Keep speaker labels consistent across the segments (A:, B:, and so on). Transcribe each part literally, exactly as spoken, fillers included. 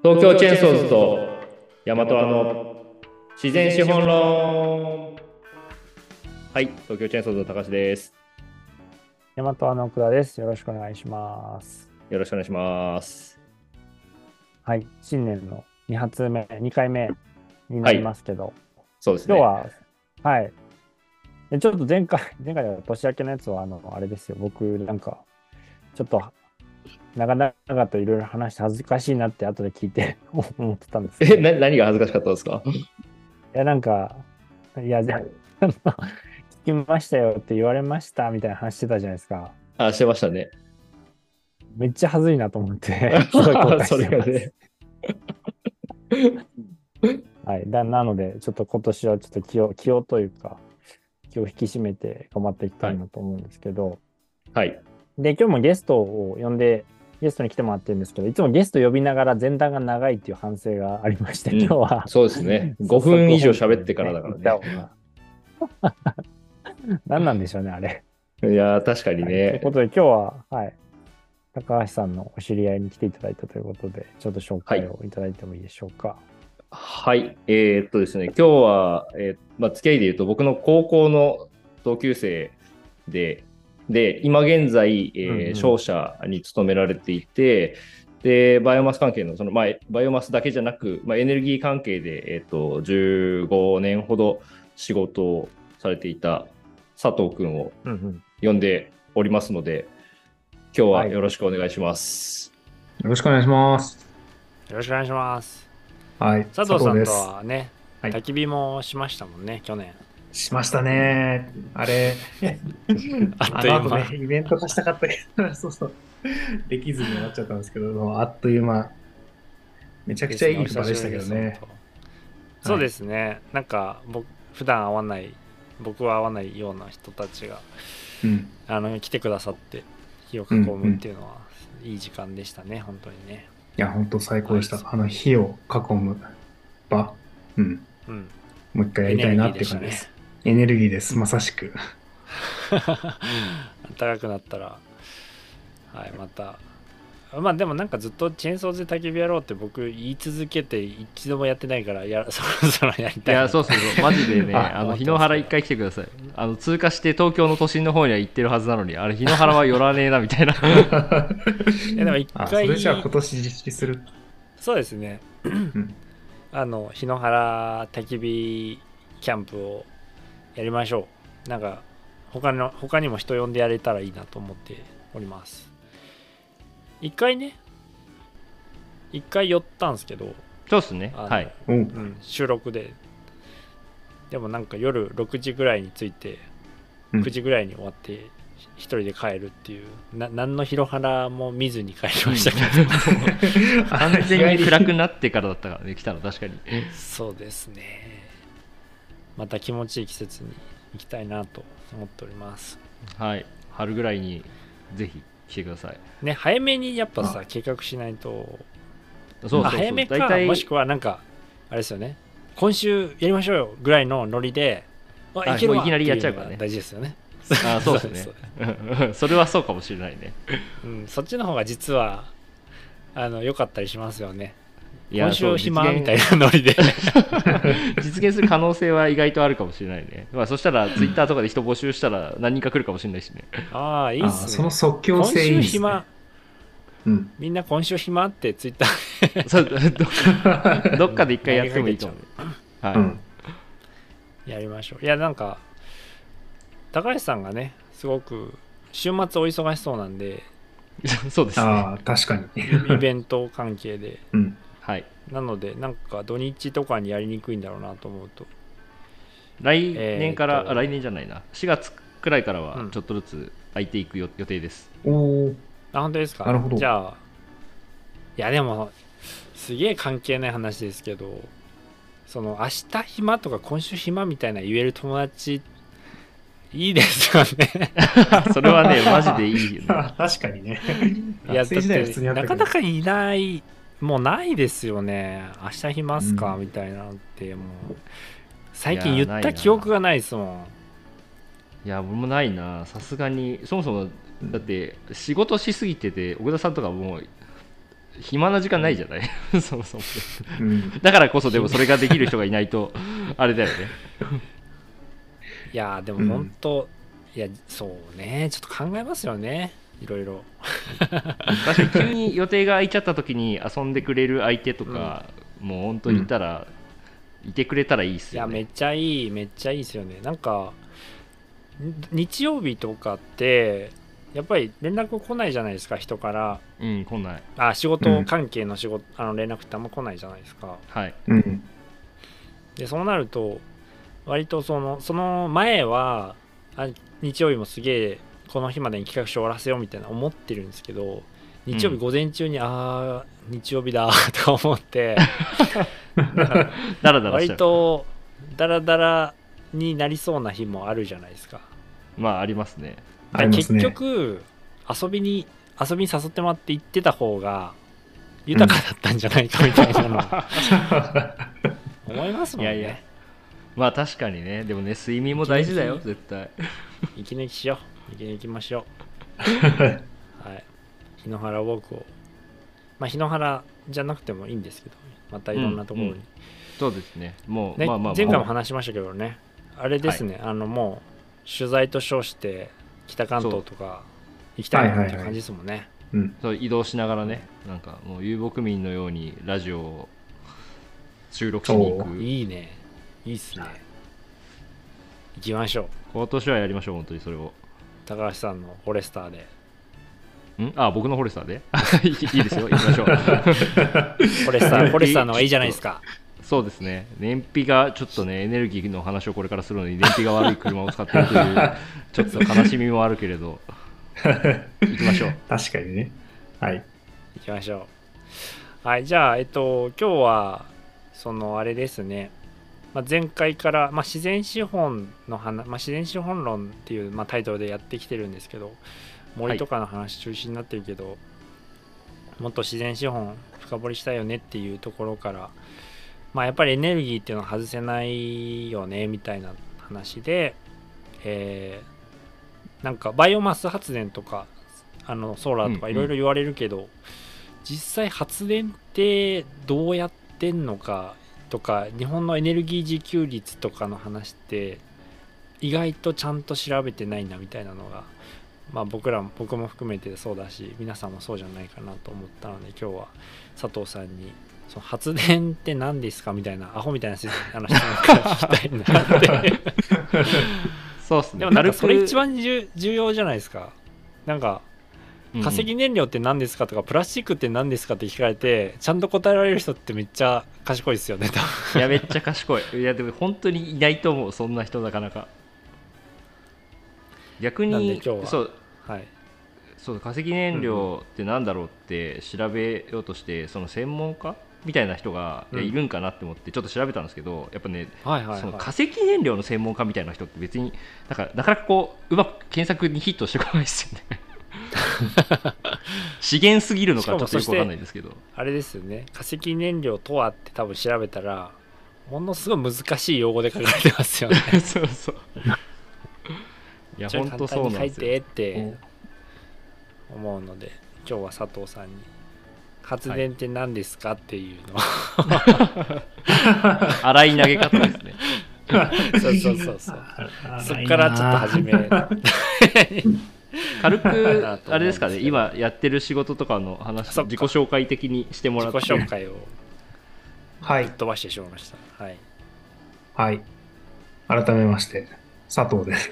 A: 東京チェーンソーズと大和アの自然資本論。はい、東京チェーンソーズの高橋です。
B: 大和アの奥田です。よろしくお願いします。
A: よろしくお願いします。
B: はい、新年のに発目、にかいめになりますけど、
A: そうですね。
B: 今日は、はい、でちょっと前回、前回の年明けのやつは、あの、あれですよ、僕なんか、ちょっと長々といろいろ話して恥ずかしいなって後で聞いて思ってたんですけ
A: え、
B: ど、
A: な、何が恥ずかしかったですか？
B: いや、なんか、いや、じゃああの聞きましたよって言われましたみたいな話してたじゃないですか。
A: あ、してましたね。
B: めっちゃ恥ずいなと思って、すごい後悔
A: そ
B: してます。
A: れがね。
B: はい。だ、なので、ちょっと今年はちょっと気を、気をというか、気を引き締めて頑張っていきた
A: はい。
B: いなと思うんですけど、
A: はい。
B: で、今日もゲストを呼んで、ゲストに来てもらってるんですけど、いつもゲスト呼びながら前段が長いっていう反省がありまして、
A: うん。
B: 今日は
A: そうですね。
B: 早
A: 5分以上
B: 速本
A: 喋ってから
B: 編にね、行った
A: だからね。
B: 方が、何なんでしょうね、あれ。
A: いやー、確かに
B: はい。というこ
A: ね。
B: とで、今日は、はい、高橋さんのお知り合いに来ていただいたということで、ちょっと紹
A: はい。
B: 介をいただいてもいいでしょうか。
A: はい。えーっとですね、今日は、えーまあ、付き合いで言うと、僕の高校の同級生で、で、今現在、えー商
B: うんうん。
A: 社に勤められていて、で、バイオマス関係の、その、まあ、バイオマスだけじゃなく、まあ、エネルギー関係で、えーっと、じゅうごねんほど仕事をされていた佐藤君を
B: うんうん。
A: 呼んでおりますので、今日
B: はい。よ
A: はよろしくお願いします。
C: よろしくお願いします。
B: ろしくお願いします。
C: はい、佐
B: 佐藤さんと
C: 藤です。
B: はね、
C: はい、
B: 焚き火もしましたもんね、去年。
C: しましたね。あれ、
B: あっ
C: あ
B: という間。
C: の後ね、イベント化したかったけど、そうそう、できずに終わっちゃったんですけど、あっという間、めちゃく
B: ですね、
C: ちゃいい
B: お久し
C: 場でした
B: ぶりです、本
C: けどね。
B: 当。そうで
C: はい。
B: すね、なんか僕、普段会わない、僕は会わないような人たちが
C: うん、
B: あの来てくださって、火を囲
C: うん、うん。
B: むっていうのは、いい時間でしたね、本当にね。
C: いや、本当最高
B: はい。
C: でした。あの火を囲む場。うん。
B: うん。
C: もう一回や
B: エネル
C: りたいなっていう
B: ギーでしたね。
C: 感じです。エネルギーです。まさしく。
B: 暖かくなったら、はい、また。まあでもなんかずっとチェーンソーで焚き火やろうって僕言い続けて一度もやってないからやそろそろやり
A: いや、
B: たいなと
A: そうそうそう、マジでね、
C: あ、
A: あの、
B: 思っ
A: 日
B: てますけど。
A: 野原一回来てください。あの、通過して東京の都心の方には行ってるはずなのに、あれ、日野原は寄らねえな、みたいな。
B: いやでも一
C: あ、それじゃあ
B: 回、
C: 今年実施する。
B: そうですね、
C: うん。
B: あの日野原焚き火キャンプをやりましょう。なんか他の他にも人呼んでやれたらいいなと思っております。一回ね、一回寄ったんですけど、
A: そうっすね。
B: あの、
A: はい。
C: おう。
B: うん、収録で。でもなんか夜ろくじぐらいに着いてくじぐらいに終わって一人で帰るっていう、な何の広原も見ずに帰りましたけど、
A: 完
C: 日
A: 全に
C: 帰り。
A: 暗くなってからだったからね、来たの、確かに。
B: そうですね。また気持ちいい季節に行きたいなと思っております。
A: はい。春ぐらいにぜひ来てください。
B: ね、早めにやっぱ
C: あ、
B: さ計画しないと。あ、
A: そうそうそう。
B: 早め
A: 大体、
B: かもしくはなんかあれですよね、今週やりましょうよぐらいのノリで、あ、い
A: あ、
B: ける
A: もういきなり
B: わっていうの
A: やっちゃうからね。
B: が大事ですよね。
A: あ、そうっすね。
B: そうです、
A: それはそうかもしれないね。
B: うん、そっちの方が実はあの良かったりしますよね。今
A: いや、そう、実
B: 週暇みたい
A: 現、
B: なノリで。
A: 実現する可能性は意外とあるかもしれないね。まあ、そしたら、ツイッターとかで人募集したら何人か来るかもしれないしね。
B: ああ、いいっ
C: あ、その
B: すね。
C: 即興
B: 今
C: 性いい
B: 週暇、
C: ですね。うん。
B: みんな今週暇ってツイッタ
A: そうどどっかで一回
B: ー
A: や
B: 投げかけちゃ
A: ってもいいかもね。は
C: うん。
B: う。やりましょう。いや、なんか、高橋さんがね、すごく週末お忙しそうなんで、
A: い。そうですね。
C: ああ、確かに。
B: イイベント関係で。
C: うん。
A: はい。
B: なので、なんか土日とかにやりにくいんだろうなと思うと。
A: 来年から、
B: えーっと、
A: あ、来年じゃないな。しがつくらいから
B: うん。
A: はちょっとずつ空いていく予予定です。
C: おお、
B: あ、本当ですか。
C: なるほど。
B: じゃあ、いや、でも、すげえ関係ない話ですけど、その明日暇とか今週暇みたいな言える友達いいですよね。
A: それはね、マジでいいよね。
C: 確かにね。
B: いや、だっ
C: 学生時代は普通に
B: て
C: あったけど。
B: なかなかいない、もうないですよね。明日暇っすか
C: うん。
B: みたいなのって、もう
A: いやー、
B: 最近言っ
A: ない
B: た記憶
A: な。
B: がないですもん。
A: いや、僕もないな。さすがに、そもそも、だって仕事しすぎてて、奥田さんとかもう暇な時間ないじゃないそもそも
C: うん、
A: だからこそでもそれができる人がいないとあれだよね。
B: いやーでも本当、うん、いやそうねちょっと考えますよねいろいろ。
A: 確かに急に予定が空いちゃった時に遊んでくれる相手とか、うん、もう本当にいたら、うん、いてくれたらいいっすよね。
B: いやめっちゃいいめっちゃいいですよね。なんか日曜日とかってやっぱり連絡来ないじゃないですか人から。
A: うん来ない。
B: あ仕事関係の仕事、うん、あの連絡ってあんま来ないじゃないですか。
A: はい。
C: うん、
B: でそうなると割とそのその前はあ日曜日もすげえこの日までに企画書終わらせようみたいな思ってるんですけど日曜日午前中に、うん、ああ日曜日だとか思って
A: だらだら
B: 割とダラダラになりそうな日もあるじゃないですか。
A: まあありますね。
B: 結局遊びに遊びに誘ってもらって行ってた方が豊かだったんじゃないかみたいなの、うん、思いますもんね。いやいや
A: まあ確かにね。でもね睡眠も大事だよ絶対。
B: 息抜きしよう息抜きましょうはい日野原ウォークをまあ日野原じゃなくてもいいんですけどまたいろんなところに、うんうん、
A: そうですねもう、
B: ね
A: まあまあまあ、
B: 前回も話しましたけどねあれですね、はい、あのもう取材と称して北関東とか行きたいなっていう感じですもんね。
A: そう移動しながらねなんかもう遊牧民のようにラジオを収録しに行く。
B: いいねいいっすね。行きましょう。
A: 今年はやりましょう本当にそれを。
B: 高橋さんのフォレスターで
A: んあ僕のフォレスターでいいですよ行きましょうフ
B: ォレスターフォレスターの方がいいじゃないですか。
A: そうですね燃費がちょっとねエネルギーの話をこれからするのに燃費が悪い車を使っているというちょっと悲しみもあるけれど行きましょう。
C: 確かにねはい
B: 行きましょう。はいじゃあえっと今日はそのあれですね、まあ、前回から、まあ、自然資本の話、まあ、自然資本論っていう、まあ、タイトルでやってきてるんですけど森とかの話中心になってるけど、はい、もっと自然資本深掘りしたいよねっていうところからまあやっぱりエネルギーっていうのは外せないよねみたいな話で、えー、なんかバイオマス発電とかあのソーラーとかいろいろ言われるけど、うんうん、実際発電ってどうやってんのかとか日本のエネルギー自給率とかの話って意外とちゃんと調べてないなみたいなのが、まあ、僕らも僕も含めてそうだし皆さんもそうじゃないかなと思ったので今日は佐藤さんにその発電って何ですかみたいなアホみたいな質問から聞きたいなって
A: そうですね。
B: でもなんかそれ一番重要じゃないですか。なんか化石燃料って何ですかとか、うん、プラスチックって何ですかって聞かれてちゃんと答えられる人ってめっちゃ賢いですよね。
A: いやめっちゃ賢い。いやでも本当にいないと思うそんな人なかなか。逆にそう、はい、そう化石燃料って何だろうって調べようとして、うん、その専門家みたいな人がいるんかなって思ってちょっと調べたんですけど、やっぱね、はいはいはい、その化石燃料の専門家みたいな人って別になんかなかなかこううまく検索にヒットしてこないですよね。資源すぎるのかちょっとよくわかんないですけど、
B: あれですよね、化石燃料とはって多分調べたらものすごい難しい用語で書かれてますよね。
A: そうそういや本当そうなんですよ。
B: 書いてって思うので今日は佐藤さんに発電って何ですかっていうのを、
A: はい、洗い投げ方ですね。
B: そうそうそうそうそっからちょっと始め
A: 軽くあれですかね、今やってる仕事とかの話自己紹介的にしてもらって。
B: 自己紹介をはい飛ばしてしまいました。はい、
C: はい、改めまして佐藤です。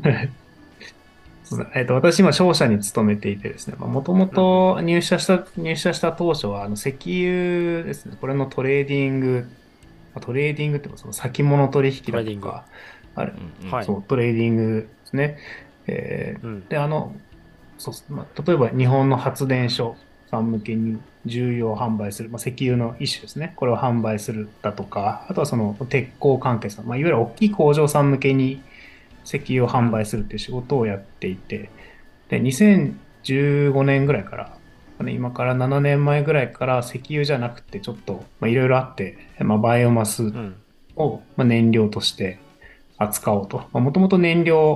C: えっと、私今商社に勤めていてですね、もともと入社した入社した当初はあの石油ですね、これのトレーディングトレーディングってその先物取引だとかある、うんうん、そうトレーディングですね。えーうん、であのそうまあ、例えば日本の発電所さん向けに重油を販売する、まあ、石油の一種ですね、これを販売するだとか、あとはその鉄鋼関係さん、まあ、いわゆる大きい工場さん向けに石油を販売するっていう仕事をやっていて、でにせんじゅうごねんぐらいから、今からななねんまえぐらいから石油じゃなくてちょっといろいろあって、まあ、バイオマスを燃料として扱おうと。もともと燃料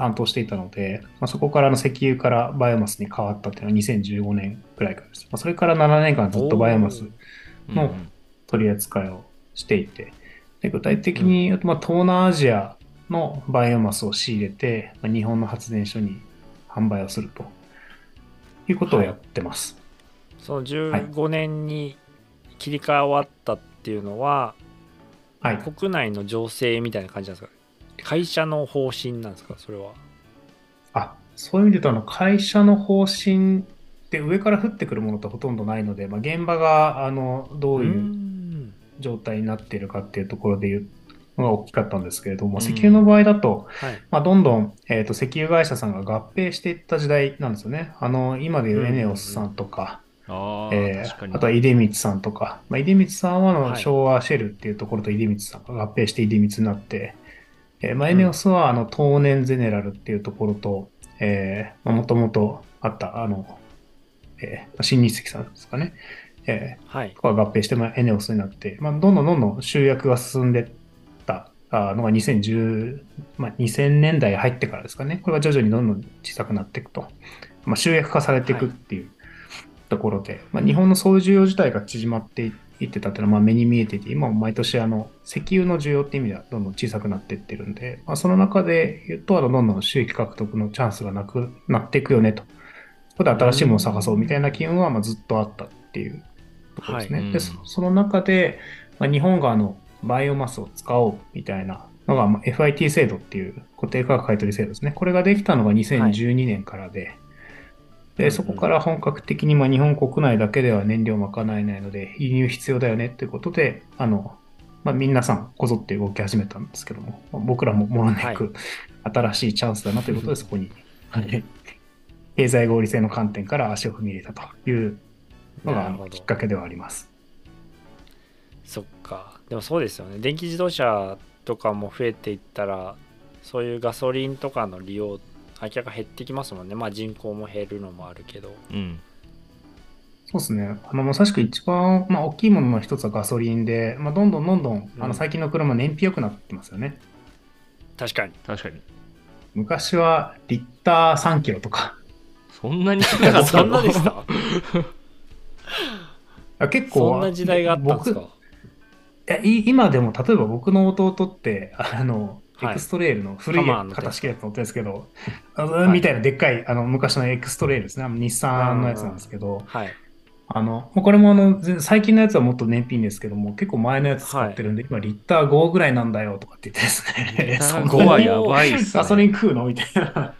C: 担当していたので、まあ、そこからの石油からバイオマスに変わったっていうのはにせんじゅうごねんくらいからです。まあ、それからななねんかんずっとバイオマスの取り扱いをしていて、で具体的に言うと、まあ、東南アジアのバイオマスを仕入れて、まあ、日本の発電所に販売をするということをやってます。
B: はい、そのじゅうごねんに切り替わったっていうのは、はい、国内の情勢みたいな感じなんですか？会社の方針なんですか、それは。
C: あ、そういう意味で言うと、あの会社の方針って上から降ってくるものってほとんどないので、まあ、現場があのどういう状態になっているかっていうところで言うのが大きかったんですけれども、石油の場合だと、はい、まあ、どんどん、えーと、石油会社さんが合併していった時代なんですよね。あの今でいうエネオスさんとか、あ, えー、あとは出光さんとか、まあ、出光さんはの昭和シェルっていうところと出光さんが合併して出光になって、えーまあ、エネオスはあの東年ゼネラルっていうところと、えーまあ、もともとあったあの、えー、新日赤さんですかね、えーはい、とかが合併して、まあ、エネオスになって、まあ、どんどんどんどん集約が進んでったのがにせんじゅう、まあ、にせんねんだい入ってからですかね。これが徐々にどんどん小さくなっていくと、まあ、集約化されていくっていうところで、はい、まあ、日本の総需要自体が縮まっていってたっていうのはまあ目に見えていて、今も毎年あの石油の需要っていう意味ではどんどん小さくなっていってるんで、まあ、その中で言うと、あのどんどん収益獲得のチャンスがなくなっていくよねと。ここで新しいものを探そうみたいな機運はまあずっとあったっていうところですね。はい、で、その中で、まあ、日本があのバイオマスを使おうみたいなのが、まあ、エフアイティー 制度っていう固定価格買取制度ですね。これができたのがにせんじゅうにねんからで、はい、でそこから本格的にまあ日本国内だけでは燃料を賄えないので輸入必要だよねということで、あの、まあ、皆さんこぞって動き始めたんですけども、まあ、僕らもものなく新しいチャンスだなということで、そこに、はい、経済合理性の観点から足を踏み入れたというのがきっかけではあります。
B: そっか。でもそうですよね。電気自動車とかも増えていったら、そういうガソリンとかの利用明らか減ってきますもんね。まあ人口も減るのもあるけど。
C: うん、そうですね。あのまさしく一番、まあ、大きいものの一つはガソリンで、まあ、どんどんどんどん、あの最近の車燃費良くなってますよね。
B: 確かに。
A: 確かに。
C: 昔はリッターさんキロとか。
A: そんなに少なかった
B: そんなでした
C: 結構
B: そんな時代があったんですか？
C: い今でも例えば僕の弟ってあの、はい、エクストレールの古い型式のやつ乗ってるんですけど、はい、みたいなでっかいあの昔のエクストレールですね、日産のやつなんですけど、はい、あのこれもあの最近のやつはもっと燃費いいんですけども、結構前のやつ使ってるんで、はい、今リッターごぐらいなんだよとかって言ってですね、
A: そんなごはやばいっすね。
C: ガソリン食うのみたいな。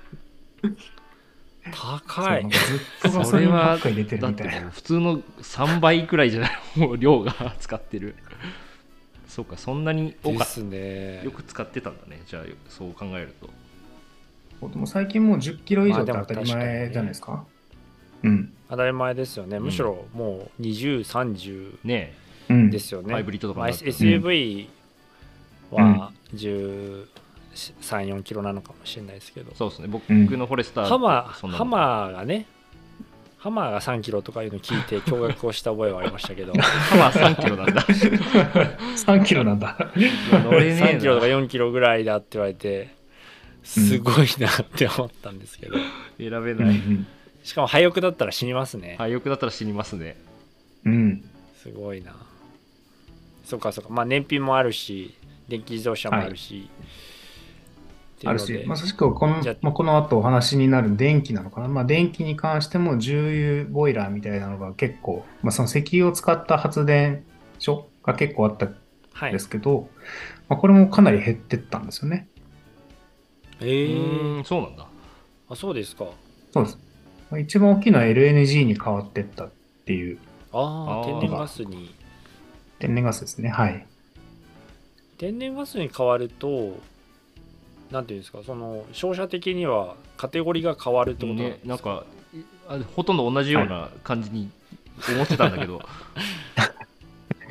B: 高い。
C: ずっとガソリンばっかり入れてるみたいな。
A: 普通のさんばいくらいじゃない、もう量が使ってる。そうか、そんなに多かったですね。よく使ってたんだね。じゃあそう考えると。
C: でも最近もうじゅっキロ以上って当たり前じゃないですか。うん。
B: 当たり前ですよね。むしろもうにじゅう、さんじゅうですよね。
A: ハイブリッドとか、
B: まあ、エスユーブイ はじゅうさん、よんキロなのかもしれないですけど。
A: そうですね。僕のフォレスター、
B: ハマー、ハマーがね、ハマーがさんキロとかいうの聞いて驚愕をした覚えはありましたけど
A: ハマーさんキロなんだ
C: さんキロなんだ
B: 乗れねえなさんキロとかよんキロぐらいだって言われてすごいなって思ったんですけど、うん、
A: 選べない、うん、
B: しかも廃屋だったら死にますね。
A: 廃屋だったら死にますね。
C: うん
B: すごいな。そうかそうか。まあ燃費もあるし電気自動車もあるし、はい
C: あるし、まさしくこの、まあ、この後お話になる電気なのかな。まあ、電気に関しても重油ボイラーみたいなのが結構、まあ、その石油を使った発電所が結構あったんですけど、はい、まあ、これもかなり減ってったんですよね。
B: へえー、
A: そうなんだ。
B: あ、そうですか。
C: そうです。一番大きいのは エルエヌジー に変わってったっていう。
B: ああ、天然ガスに。
C: 天然ガスですね。はい。
B: 天然ガスに変わると、なんていうんですか、その商社的にはカテゴリーが変わるってことなんですか？ね、
A: なんかほとんど同じような感じに思ってたんだけど、はい、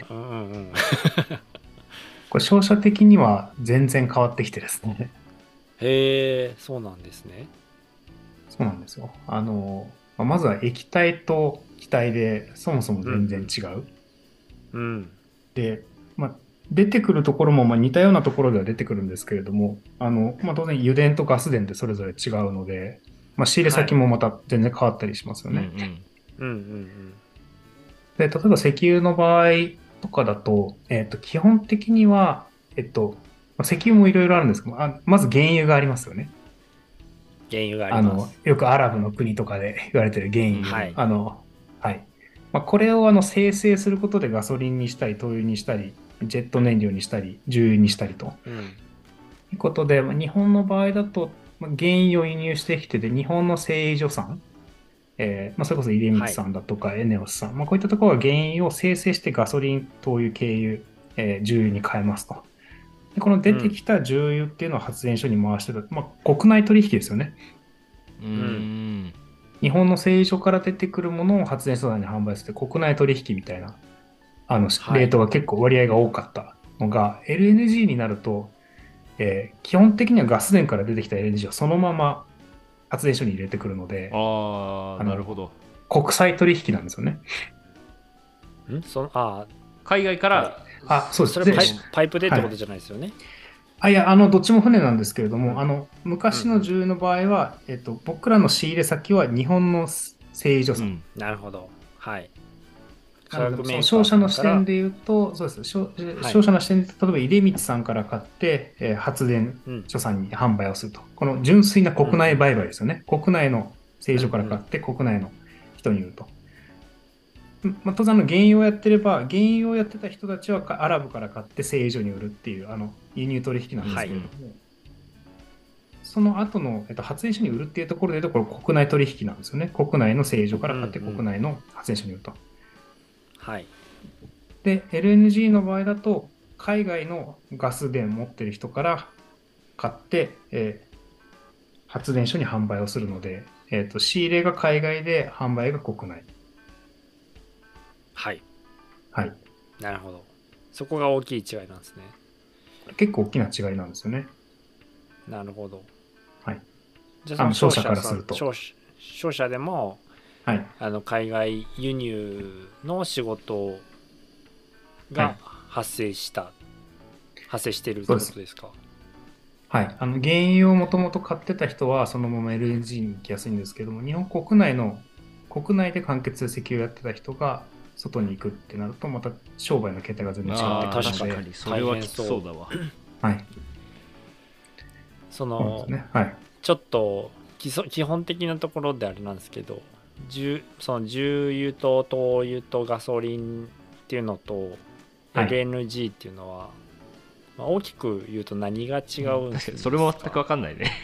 B: うんうんうん
C: これ商社的には全然変わってきてですね。
B: へえ、そうなんですね。
C: そうなんですよ。あのまずは液体と気体でそもそも全然違う。
B: うん、うん、
C: で、まあ出てくるところもまあ似たようなところでは出てくるんですけれども、あのまあ、当然油田とガス田ってそれぞれ違うので、まあ、仕入れ先もまた全然変わったりしますよ
A: うんう
C: ね。
A: ん。
B: うんうん
C: で、例えば石油の場合とかだと、えっと、基本的には、えっと、まあ石油もいろいろあるんですけど、あまず原油がありますよね。
B: 原油があり
C: あの、
B: ます。
C: よくアラブの国とかで言われてる原油。
B: はい
C: あの、はい。まあ、これをあの生成することでガソリンにしたり、灯油にしたり、ジェット燃料にしたり、重油にしたりと。
B: うん
C: ということで、まあ、日本の場合だと、まあ、原油を輸入してきてで、日本の製油所さん、えーまあ、それこそ出光さんだとか、エネオスさん、まあ、こういったところが原油を生成してガソリン、灯油、軽油、えー重油に変えますと。でこの出てきた重油っていうのを発電所に回してた、まあ、国内取引ですよね。
A: うーん。
C: 日本の製油所から出てくるものを発電所内に販売する国内取引みたいな、あの、
B: はい
C: レートが結構割合が多かったのが、エルエヌジー になると、えー基本的にはガス田から出てきた エルエヌジー をそのまま発電所に入れてくるので、
A: ああ、
C: あの
A: なるほど。
C: 国際取引なんですよね。
B: んそのあ
A: 海外から、
B: は
C: あ、そうです。
B: それパイ
C: で
B: パイプでってことじゃないですよね。
C: あ、いや、あの、どっちも船なんですけれども、
B: うん
C: あの、昔の重油の場合は、えっと、僕らの仕入れ先は日本の製油所さん。
A: うん
B: なるほど。はい。
C: なので、その
B: 化学メーカー
C: 商社の視
B: さんから
C: 点で言うと、そうです。商
B: はい
C: 商社の視点で、例えば、出光さんから買って、えー発電
B: うん
C: 所さんに販売をすると。この純粋な国内売買ですよね。国内の製油所から買って、国内の人に売ると。まあ、当然、あの原油をやってれば、原油をやってた人たちはかアラブから買って製油所に売るっていう、あの、輸入取引なんですけれども、その後の、えっと、発電所に売るっていうところで言うと、これ国内取引なんですよね。国内の製油所から買って、
B: うんうん
C: 国内の発電所に売ると。
B: はい。
C: で、エルエヌジー の場合だと、海外のガス田持ってる人から買って、えー発電所に販売をするので、えーと、仕入れが海外で販売が国内。
B: はい。
C: はい。
B: なるほど。そこが大きい違いなんですね。
C: 結構大きな違いなんですよね。
B: なるほど。
C: はい。
B: じゃあその
C: あの商社
B: 商社
C: からすると
B: 商社商社でも
C: はい。
B: あの海外輸入の仕事
C: はい
B: が発生した、発生してるってことですか。
C: はい。あの、原油をもともと買ってた人は、そのまま エルエヌジー に行きやすいんですけども、日本国内の、国内で完結石油をやってた人が、外に行くってなると、また商売の形態が全然違ってくる
A: あー
C: ので、
B: 確か
A: 確かに、それはきつそうだわ。
C: はい。
B: そ
C: そうなんで
B: の
C: すね。はい。
B: ちょっと基礎基本的なところであれなんですけど、重その重油と灯油とガソリンっていうのと
C: はい
B: エルエヌジーっていうのは、まあ、大きく言うと何が違うんですか、
A: 確かに、それも全く分かんないね。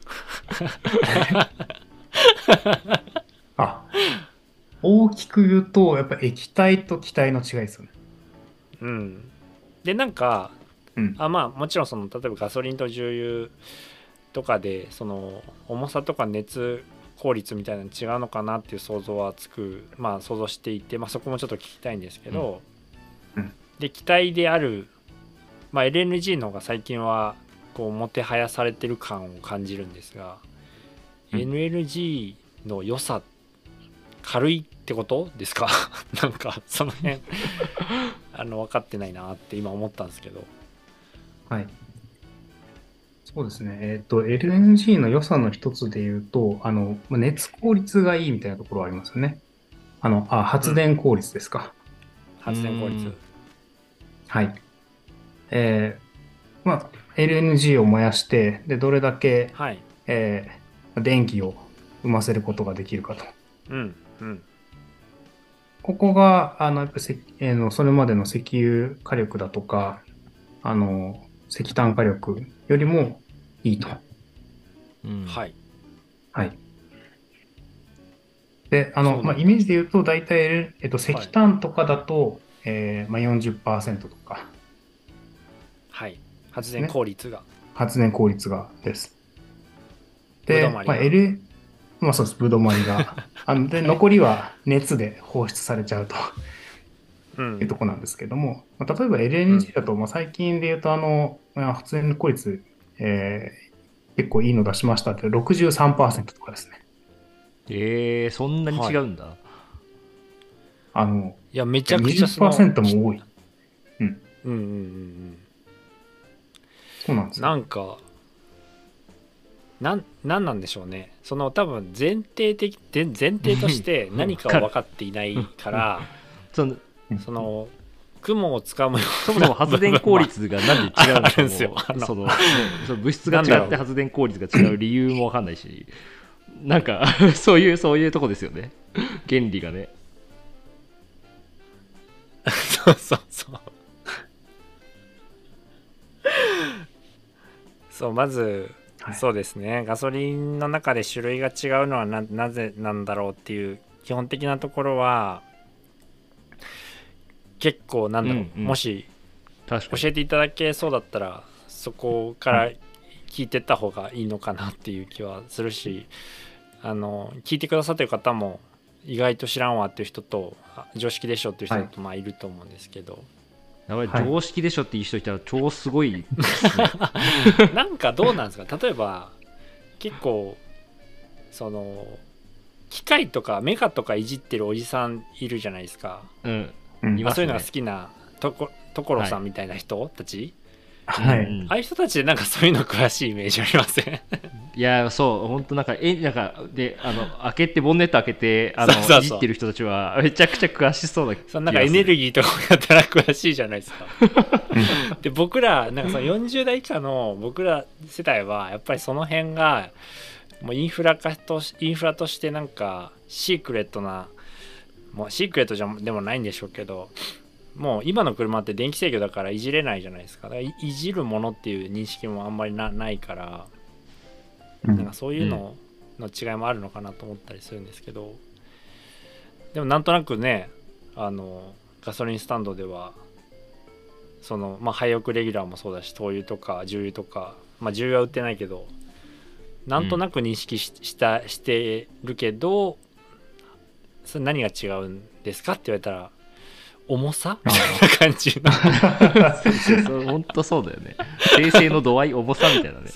C: あ、大きく言うと、やっぱ液体と気体の違いですよね。
B: うん、でなんか
C: うん。
B: あまあもちろんその例えばガソリンと重油とかでその重さとか熱効率みたいなの違うのかなっていう想像はつく、まあ想像していて、まあ、そこもちょっと聞きたいんですけど、
C: うんうん
B: で気体である、まあ、エルエヌジー の方が最近はこうもてはやされてる感を感じるんですが、
C: うん
B: エヌエルジー の良さ軽いってことですかなんかその辺あの分かってないなって今思ったんですけど。
C: はい。そうですね。えっと、エルエヌジー の良さの一つで言うと、あの、まあ熱効率がいいみたいなところはありますよね。あの、あ、発電効率ですか。
B: 発電効率
A: うん
C: はい。えーまあ、エルエヌジー を燃やして、で、どれだけ、
B: はい
C: えー電気を生ませることができるかと。
B: うんうん
C: ここが、あの、やっぱ石えーの、それまでの石油火力だとか、あの、石炭火力よりもいいと。
A: うん
B: はい
C: はい。で、あの、
B: そうなんだ
C: まあ、イメージで言うと、大体、L- えっと、
B: はい
C: 石炭とかだと、えーまあ、よんじゅっパーセントとか、
B: はい発電効率が、
C: 発電効率がです。で、
B: ぶどまりが
C: まあ、L、まあ、そうです、ぶどまりが。あので、残りは熱で放出されちゃうと
B: うん
C: いうところなんですけども、まあ、例えば エルエヌジー だと、まあ、最近で言うと、あの、まあ発電効率、えー結構いいの出しましたって、ろくじゅうさんパーセントとかですね。
A: えー、そんなに違うんだ。
C: あの、
B: いやめちゃくちゃその
C: にじゅっパーセントも多い。
B: うんうんうんうん
C: そうなんですよ。
B: なんかなんなんなんでしょうね。その多分前提的で前提として何かを分かっていないから
A: その
B: その雲をつかむよ
A: そもそも発電効率がなんで違うの
B: ある
A: か
B: んですよあの
A: もその、ね、その物質が違って発電効率が違う理由も分かんないしなんかそういうそういうとこですよね原理がね。
B: そうそうそうそうまず、
C: はい、
B: そうですねガソリンの中で種類が違うのは な, なぜなんだろうっていう基本的なところは結構なんだろう、
A: うんうん、
B: もし
A: 確かに
B: 教えていただけそうだったらそこから聞いてった方がいいのかなっていう気はするし、あの聞いてくださってる方も意外と知らんわっていう人と常識でしょっていう人とまあいると思うんですけど、
A: やばい、
C: はい、
A: 常識でしょっていう人いたら超すごいですね
B: なんかどうなんですか。例えば結構その機械とかメカとかいじってるおじさんいるじゃないですか、
A: うん
C: うん
A: いますね、
B: そういうのが好きなとこ所さんみたいな人たち、
C: はい、
A: うんうん、
B: ああいう人たちでなんかそういうの詳しいイメージありません
A: いやそう本当なんかえなんかであの開けてボンネット開けてあの
B: そうそうそう
A: いじってる人たちはめちゃくちゃ詳しそうな気がする。
B: そのなんかエネルギーとかやったら詳しいじゃないですかで僕らなんかそのよんじゅう代以下の僕ら世代はやっぱりその辺がもうインフラ化としインフラとしてなんかシークレットな、もうシークレットじゃでもないんでしょうけど、もう今の車って電気制御だからいじれないじゃないですか。だから い, いじるものっていう認識もあんまり な, ないから、
C: うん、
B: なんかそういうのの違いもあるのかなと思ったりするんですけど、でもなんとなくね、あのガソリンスタンドではそのまあハイオクレギュラーもそうだし、灯油とか重油とか、まあ重油は売ってないけどなんとなく認識 し,、したしてるけど、それ何が違うんですかって言われたら重さみたいな感じの
A: 本当そうだよね。生成の度合い重さみたいなね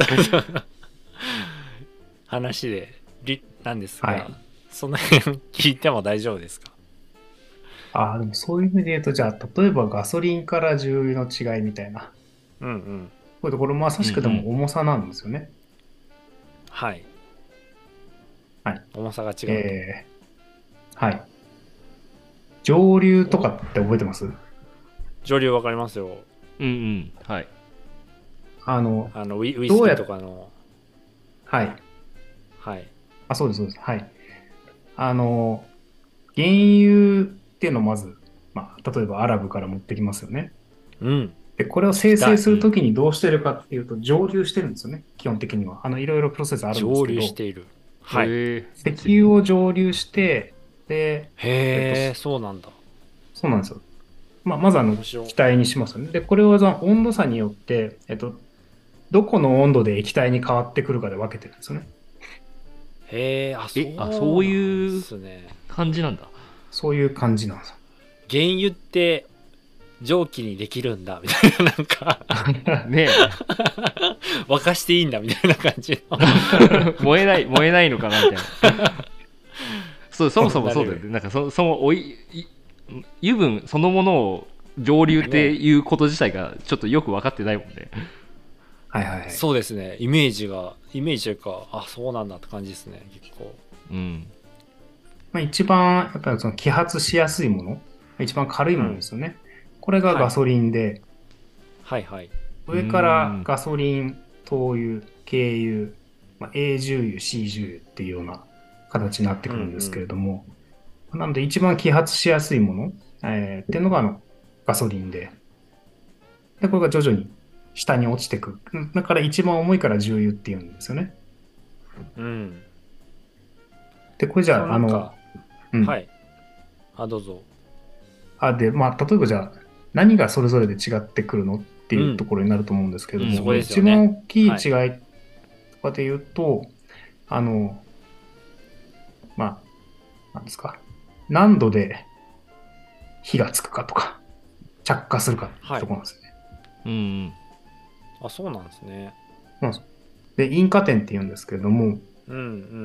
B: 話でなんですが、
C: はい、
B: その辺聞いても大丈夫ですか。
C: ああ、でもそういう意味で言うと、じゃあ例えばガソリンから重油の違いみたいな、
B: うんうん、
C: こういうところまさしくでも重さなんですよね。
B: うんうん、はい、
C: はい、
B: 重さが違うと、
C: えー、はい。上流とかって覚えてます？
B: 上流わかりますよ。
A: うんうんはい
C: あの
B: あのウィ、ウイスキーとかの、
C: はい
B: はい
C: あそうですそうですはいあの原油っていうのをまず、まあ、例えばアラブから持ってきますよね。
B: うん。
C: でこれを生成するときにどうしてるかっていうと、蒸留してるんですよね。基本的にはあのいろいろプロセスあるんですけど、
B: 蒸留している。はい。
C: 石油を蒸留してで、
B: へえ、
C: えっと、
B: そうなんだ。
C: そうなんですよ。まあ、まずあの気体にしますよね。でこれを温度差によって、えっと、どこの温度で液体に変わってくるかで分けてるんですよね。
B: へえ、あ、そう
A: あそういう
B: ですね。感
A: じなんだ。
C: そういう感じなんですよ。
B: 原油って蒸気にできるんだみたいな、なんか
A: ね
B: え沸かしていいんだみたいな感じの
A: 燃えない燃えないのかなみたいなそうそもそもそうだよね。なんかそそのおい油分そのものを蒸留っていうこと自体がちょっとよく分かってないもんね。
C: はいはいはい。
B: そうですね。イメージがイメージというか、あ、そうなんだって感じですね。結構。
A: うん。
C: まあ、一番やっぱりその揮発しやすいもの、一番軽いものですよね。うん、これがガソリンで、
B: はい、はいはい
C: 上からガソリン、灯油、軽油、まあ、A 重油、C 重油っていうような形になってくるんですけれども、うんうん、なので一番揮発しやすいもの、えー、っていうのがあのガソリンで、でこれが徐々に下に落ちてくる。だから一番重いから重油っていうんですよね。
B: うん。
C: でこれじゃああの、
B: うん、はい。あ、どうぞ。
C: あでまあ例えばじゃあ何がそれぞれで違ってくるのっていうところになると思うんですけども、
B: うんうん、
C: 一番大きい違いとかで言うと、はい、あのまあなんですか、何度で火がつくかとか着火するかってところなんですよね。
B: はい、うん。あ、そうなんですね。
C: で引火点って言うんですけれども、
B: うんうん。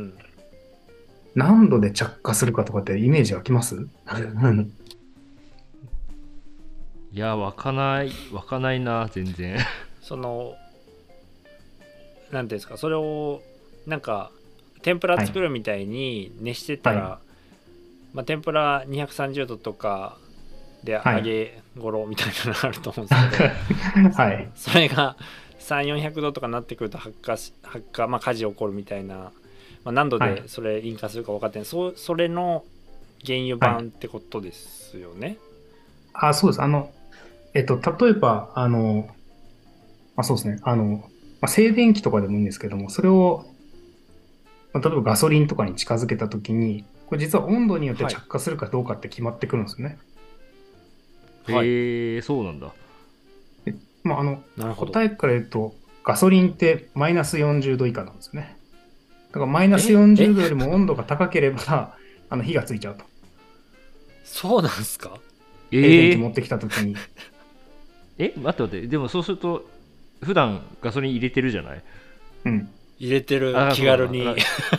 C: 何度で着火するかとかってイメージ湧きます？
A: いいや湧かない湧かないな全然。
B: そのなんていうんですか、それをなんか天ぷら作るみたいに熱してたら、はい、まあ、天ぷらにひゃくさんじゅうどとかで揚げ頃みたいなのあると思うんですけど、はい、それがさんびゃく、よんひゃくどとかになってくると発火し発火、まあ、火事起こるみたいな、まあ、何度でそれ引火するか分かってない、はい、そ, それの原油版ってことですよね。
C: はい、あ、そうです。あのえっと例えばあのあそうですねあの、まあ、静電気とかでもいいんですけども、それを、まあ、例えばガソリンとかに近づけたときに、これ実は温度によって着火するかどうかって決まってくるんですよね。
A: はい、へえ、そうなんだ。
C: まあ、あの答えから言うとガソリンってマイナスよんじゅうど以下なんですよね。だからマイナスよんじゅうどよりも温度が高ければあの火がついちゃうと。
B: そうなんですか。
C: 静電気持ってきたときに。
A: えー、え待って待って、でもそうすると普段ガソリン入れてるじゃない。
B: うん、入れてる、気軽に。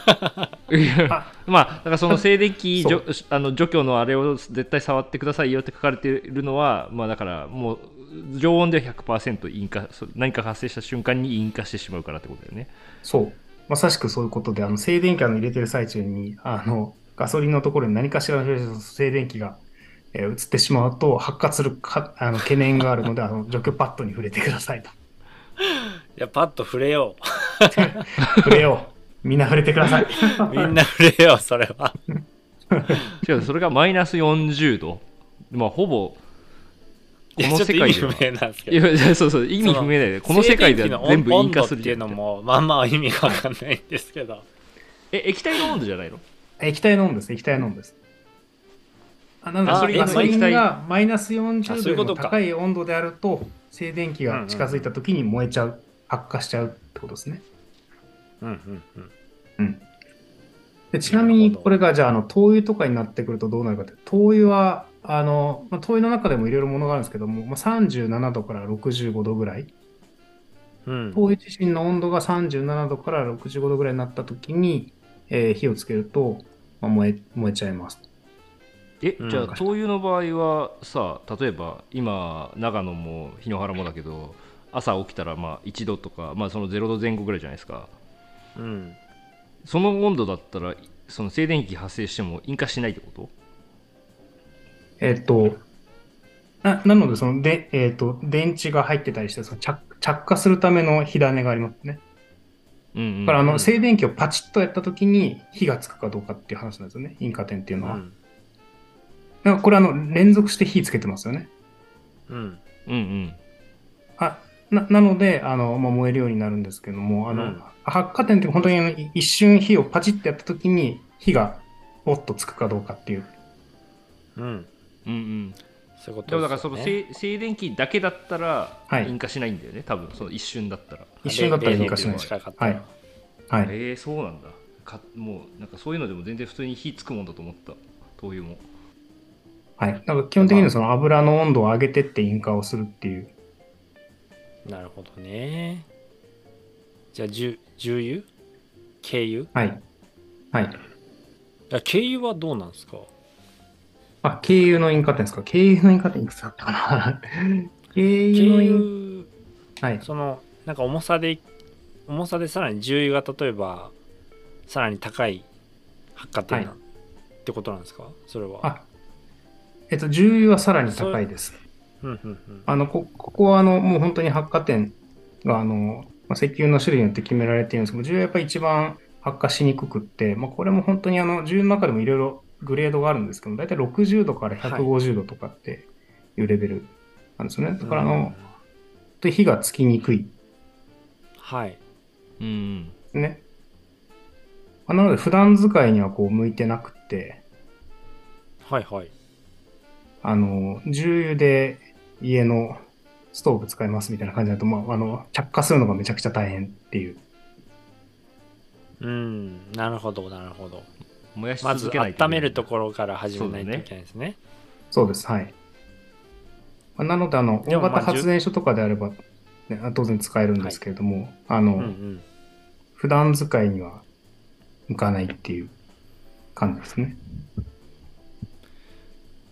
A: まあだからその静電気あの除去のあれを絶対触ってくださいよって書かれているのは、まあだからもう常温では ひゃくパーセント 引火、何か発生した瞬間に引火してしまうからってことだよね。
C: そう、まさしくそういうことで、あの静電気を入れてる最中にあのガソリンのところに何かしらの静電気が、えー、移ってしまうと発火するかあの懸念があるので、あの除去パッドに触れてくださいと。
B: いやパッド触れよう
C: 触れよう、みんな触れてください
B: みんな触れよう、それは。
A: 違う、それがマイナスよんじゅうど、まあほぼ
B: この世界では意味不明なんですけど、
A: いやそうそう意味不明だよね。この世界では全部引火する
B: っていうのもまあまあ意味が分かんないんですけど
A: え液体の温度じゃないの。
C: 液体の温度です。液体の温度です。あなのでガソリンがマイナスよんじゅうどよりも高い温度であると静電気が近づいた時に燃えちゃう、うんうん、発火しちゃうってことですね。
B: うんうんうん
C: うん、でちなみにこれがじゃあ、あの灯油とかになってくるとどうなるかって、灯油はあの、まあ、灯油の中でもいろいろものがあるんですけども、まあ、さんじゅうななどからろくじゅうごどぐらい、うん、灯油自身の温度がさんじゅうななどからろくじゅうごどぐらいになった時に、えー、火をつけると、まあ、燃え燃えちゃいます。
A: えじゃあ灯油の場合はさ、例えば今長野も檜原もだけど朝起きたらまあいちどとか、まあ、そのゼロどぜん後ぐらいじゃないですか。
B: うん、
A: その温度だったらその静電気発生しても引火しないってこと？
C: えっとな, なのでそので、えー、と電池が入ってたりしてその 着, 着火するための火種がありますね。うんうんうん、だからあの静電気をパチッとやった時に火がつくかどうかっていう話なんですよね、引火点っていうのは。うん、だからこれあの連続して火つけてますよね。
B: うんうん
A: うん。
C: あ な, なのであの、まあ、燃えるようになるんですけども、あの、うん、発火点って本当にあの一瞬火をパチッとやった時に火がポッとつくかどうかっていう。
B: うんうんうん。そういうことですよね。
A: でもだからその静電気だけだったら引火しないんだよね、はい、多分その一瞬だったら。
C: 一瞬だったら引火しない。はい。
A: はい、えー、そうなんだ。かもうなんかそういうのでも全然普通に火つくもんだと思った、灯油も。
C: はい。だから基本的にその油の温度を上げてって引火をするっていう。
B: なるほどね。じゃあ重油？軽油？
C: はい。はい。
B: 軽油はどうなんですか？
C: あ、軽油の引火点ですか？軽油の引火点いくつだったかな軽油の引
B: 火、はい。そのなんか重さで重さでさらに重油が例えばさらに高い発火点な、はい、ってことなんですか？それは。
C: あ、えっと重油はさらに高いです。うんうんうん、あの こ, ここはあのもう本当に発火点があの、まあ、石油の種類によって決められているんですけど、重油はやっぱり一番発火しにくくって、まあ、これも本当にあの重油の中でもいろいろグレードがあるんですけど、だいたいろくじゅうどからひゃくごじゅうどとかっていうレベルなんですよね。はい、だからあの、うん、火がつきにくい。
B: はい。
A: うん。
C: ね。なので普段使いにはこう向いてなくて、
B: はいはい。
C: あの重油で家のストーブ使いますみたいな感じだと、まあ、あの着火するのがめちゃくちゃ大変っていう。
B: うん、なるほどなるほど。
A: 燃やし
B: まず
A: 続けないと
B: 温めるところから始めないといけないですね。
C: そうです、はい。なのであの大型発電所とかであれば、ね、当然使えるんですけれども、はい、あの、うんうん、普段使いには向かないっていう感じですね。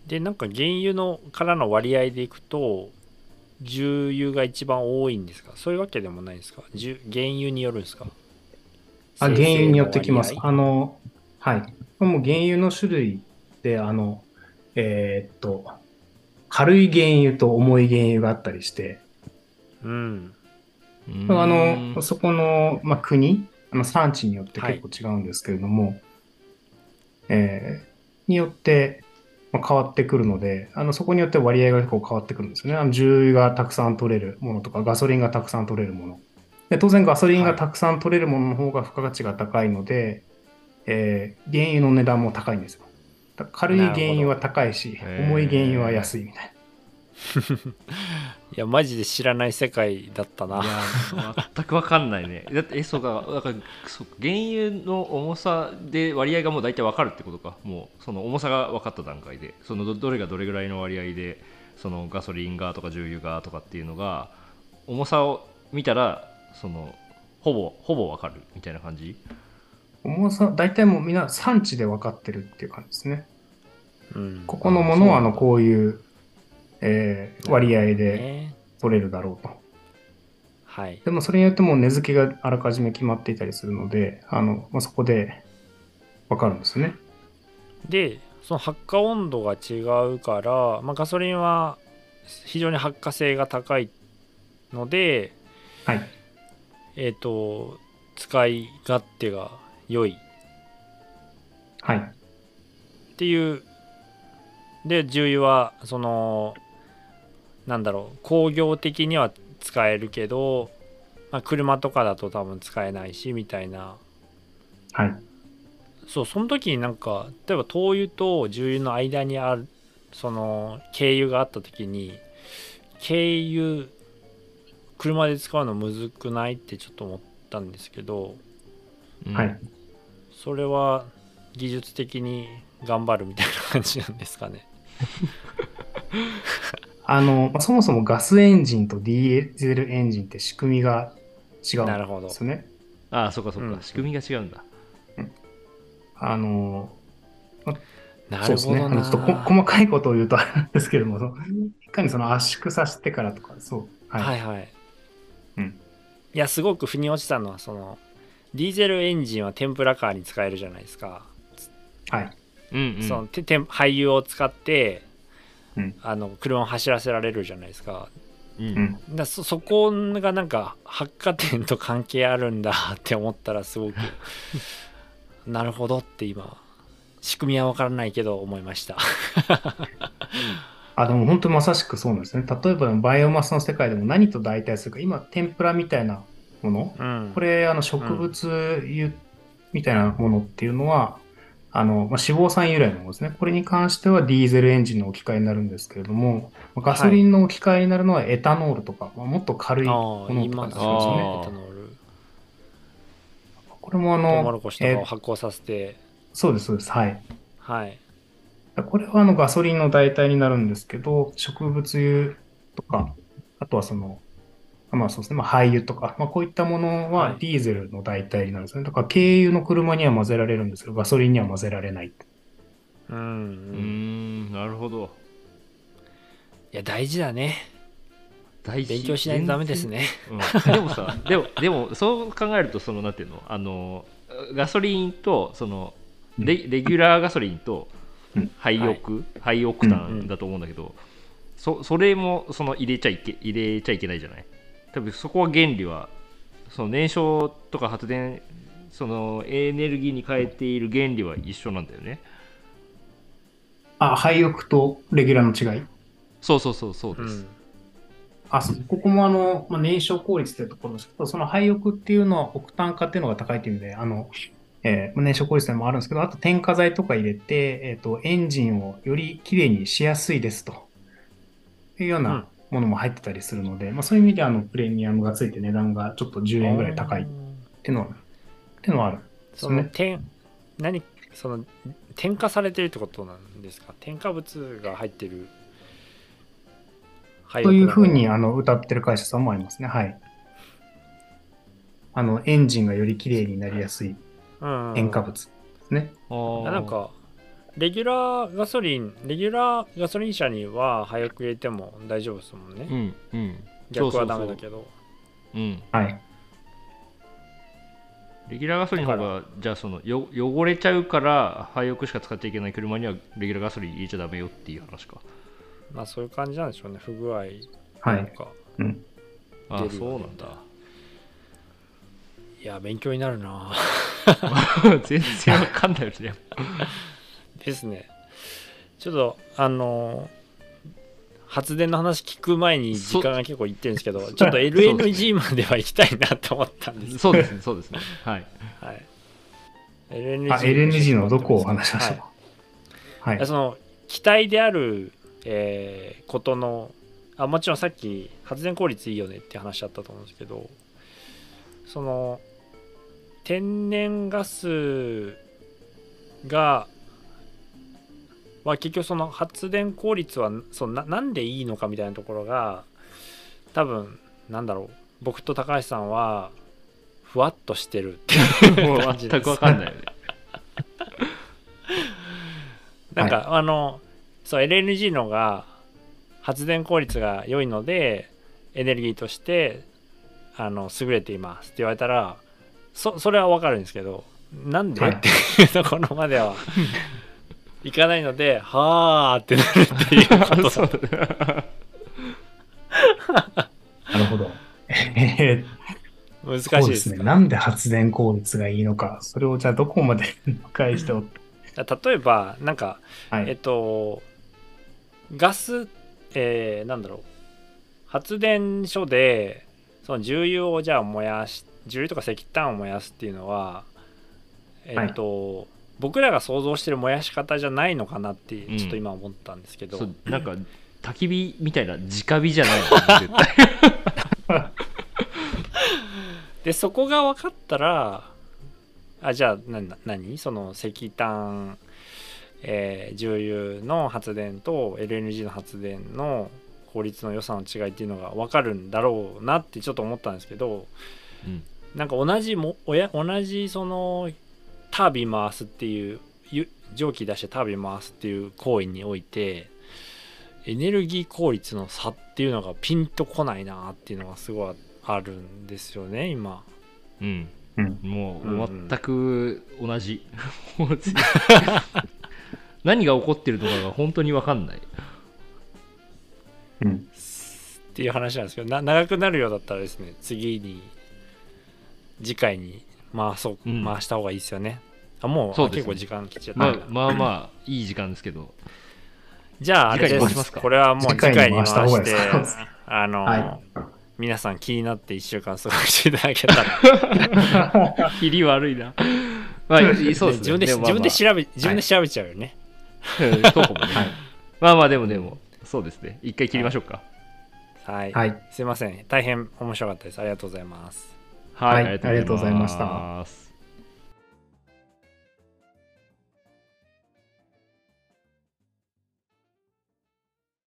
B: でなんか原油のからの割合でいくと重油が一番多いんですか？そういうわけでもないですか？重原油によるんですか？
C: あ、原油によってきます。
B: 生成の割合。
C: あの、はい。もう原油の種類で、あの、えーっと、軽い原油と重い原油があったりして、
B: うん
A: う
C: あ
A: ーん。
C: の、そこの、まあ、国、あの産地によって
B: はい
C: 結構違うんですけれども、えーによって、まあ、変わってくるので、あの、そこによって割合が結構変わってくるんですよね。あの、重油がたくさん取れるものとか、ガソリンがたくさん取れるもの。で、当然ガソリン
B: はい
C: がたくさん取れるものの方が付加価値が高いので、えー原油の値段も高いんですよ。だから軽い
B: なるほど。
C: 原油は高いし、
A: へー
C: 重い原油は安いみたい
B: いやマジで知らない世界だったな。
A: いや全く分かんないね。だってえそうか、だからそう原油の重さで割合がもう大体分かるってことか。もうその重さが分かった段階で、その ど, どれがどれぐらいの割合でそのガソリンがとか重油がとかっていうのが重さを見たらそのほぼほぼ分かるみたいな感じ。
C: な。重さ、大体もうみんな産地で分かってるっていう感じですね。
B: うん
C: ここのものはあの
A: あーそうなんだ
C: こういう、えー割合で
B: ね
C: 取れるだろうと。
B: はい
C: でもそれによってもう値付けがあらかじめ決まっていたりするので、あの、まあ、そこで分かるんですね。
B: でその発火温度が違うから、まあ、ガソリンは非常に発火性が高いので
C: はい。
B: えっ、と使い勝手が良い
C: はい。
B: っていうで重油はそのなんだろう工業的には使えるけど、まあ、車とかだと多分使えないしみたいな。
C: はい。
B: そうその時になんか例えば灯油と重油の間にあるその軽油があった時に軽油車で使うのむずくないってちょっと思ったんですけど、
A: うん
C: はい。
B: それは技術的に頑張るみたいな感じなんですかね。
C: あの、まあ、そもそもガスエンジンとディーゼルエンジンって仕組みが違うんで
B: なるほど。
C: すよね。
A: ああそうかそうか、
B: うん
A: 仕組みが違うんだ。
C: うんあの、まあ
B: な
C: そうですね。
B: るほど
C: あの、ちょっとこ
B: な。
C: 細かいことを言うとあれなんですけども、そのいかにその圧縮させてからとか、そう。はい。
B: はいはい。
C: うん。
B: いやすごく腑に落ちたのはそのディーゼルエンジンは天ぷらカーに使えるじゃないですか。
C: はい。
A: うんうん。
B: そのてて廃油を使って
C: うん。
B: あの車を走らせられるじゃないですか。
A: う
C: うんん。
B: だそそこがなんか発火点と関係あるんだって思ったらすごくなるほどって今仕組みは分からないけど思いました。
C: あ、でも本当にまさしくそうなんですね。例えばバイオマスの世界でも何と代替するか、今、天ぷらみたいなもの、
B: うん
C: これ、あの植物油みたいなものっていうのは、あの、まあ、脂肪酸由来のものですね。これに関してはディーゼルエンジンの置き換えになるんですけれども、まあガソリンの置き換えになるのはエタノールとか、まあ、もっと軽いも
B: ああ言い
C: のとかにな
B: ますよ
C: るんですよね。
B: ね。
A: あー
B: エタノール
C: これもあ
B: トウモ
C: の、
B: ロコシとかを
C: えー
B: 発酵させて
C: そうです、そうです。はい。
B: はい
C: これはあのガソリンの代替になるんですけど、植物油とか、あとはその、まあそうですね、まあ廃油とか、まあこういったもの
B: は
C: はいディーゼルの代替になるんですね。だから軽油の車には混ぜられるんですけど、ガソリンには混ぜられない。
B: うん、う
A: うー
B: ん、
A: んなるほど。
B: いや大事だね。
A: 大事。
B: 勉強しないとダメですね。
A: 全然。うん、でもさでもでもそう考えるとそのなんていうのあのガソリンとそのレレギュラーガソリンと
C: うん
A: ハイオク、ハイオクタンだと思うんだけど、そそれもその入れちゃいけ入れちゃいけないじゃない。多分そこは原理はその燃焼とか発電そのエネルギーに変えている原理は一緒なんだよね。
C: あ、廃屋とレギュラーの違い。
A: そうそうそうそうです。
B: うん
C: あ、そうここもあの、まあ、燃焼効率というところですけど、その廃屋っていうのはオクタン化っていうのが高いという意味で、あの、えー燃焼効率でもあるんですけど、あと添加剤とか入れて、えっと、エンジンをよりきれいにしやすいですというよう
B: うん
C: なものも入ってたりするので、まあ、そういう意味であのプレミアムがついて値段がちょっとじゅうえんぐらい高いっていうのは、っていうのはあるんです
B: その
C: ね。
B: 添何その添加されてるってことなんですか？添加物が入ってる廃
C: というふうに
B: 屋
C: あの歌ってる会社さんもありますね。はい。あの、エンジンがよりきれいになりやすい
B: のうんうん
C: 添加物ですね。
A: あー
B: なんかレギュラーガソリンレギュラーガソリン車には早く入れても大丈夫ですもんね。
A: うんうん。
B: 逆はダメだけど。
A: そうそうそう。うん。
C: はい。
A: レギュラーガソリンの方がじゃあそのよ汚れちゃうから廃屋しか使っちゃいけない車にはレギュラーガソリン入れちゃダメよっていう話か。
B: まあそういう感じなんでしょうね。不具合とか。
C: はい。うん。
A: ああ、そうなんだ。
B: いや勉強になるな。
A: 全然わかんないよね。
B: ですね。ちょっとあの発電の話聞く前に時間が結構いってるんですけど、ちょっと エルエヌジー までは行きたいなと思ったんです。
A: そうですね、そうですね。はい。
B: はい。
C: エルエヌジー, あ エルエヌジー のどこを話しましょう。
B: はい。はい、その気体である、えー、ことのあもちろんさっき発電効率いいよねって話だったと思うんですけど、その天然ガスがまあ、結局その発電効率はその な, なんでいいのかみたいなところが多分なんだろう僕と高橋さんはふわっとしてるっていう感じです。
A: もう全く分かんないよね。
B: なんか、はい、あのそう エルエヌジー のが発電効率が良いのでエネルギーとしてあの優れていますって言われたら そ, それは分かるんですけどなんで、はい、っていうところまではいかないので、はーってなるっていうことだ。
C: なるほど。えー、
B: 難しいです。そうですね。
C: なんで発電効率がいいのか、それをじゃあどこまで理解しておく。
B: 例えば、なんか、
C: はい、
B: えっと、ガス、えー、なんだろう、発電所で、その重油をじゃあ燃やし、重油とか石炭を燃やすっていうのは、えっと、はい僕らが想像してる燃やし方じゃないのかなってちょっと今思ったんですけど、
A: うん、なんか焚き火みたいな直火じゃないの絶対
B: でそこが分かったらあじゃあな何その石炭、えー、重油の発電と エルエヌジー の発電の効率の良さの違いっていうのが分かるんだろうなってちょっと思ったんですけど、うん、なんか同じもおや同じそのタービン回すっていう蒸気出してタービン回すっていう行為においてエネルギー効率の差っていうのがピンとこないなっていうのがすごいあるんですよね今。
A: うん、うん、もう全く同じ、うん、何が起こってるのかが本当に分かんない、
C: うん、
B: っていう話なんですけどな長くなるようだったらですね次に次回に回そう、うん、回した方がいいですよね。あもうそうですね、結構時間来ちゃった、
A: まあ、まあまあいい時間ですけど
B: じゃああれですこれはもう次回に回してあの、はい、皆さん気になっていっしゅうかん過ごしていただけた
A: ら切り悪いなまあそうですね
B: 自分で、まあまあ、自分で調べ自分で調べちゃうよね、
A: はい、そうかもね、はい、まあまあでもでもそうですね一回切りましょうか
B: はい、はい、すいません大変面白かったですありがとうございます
C: はい、はい、ありがとうございました。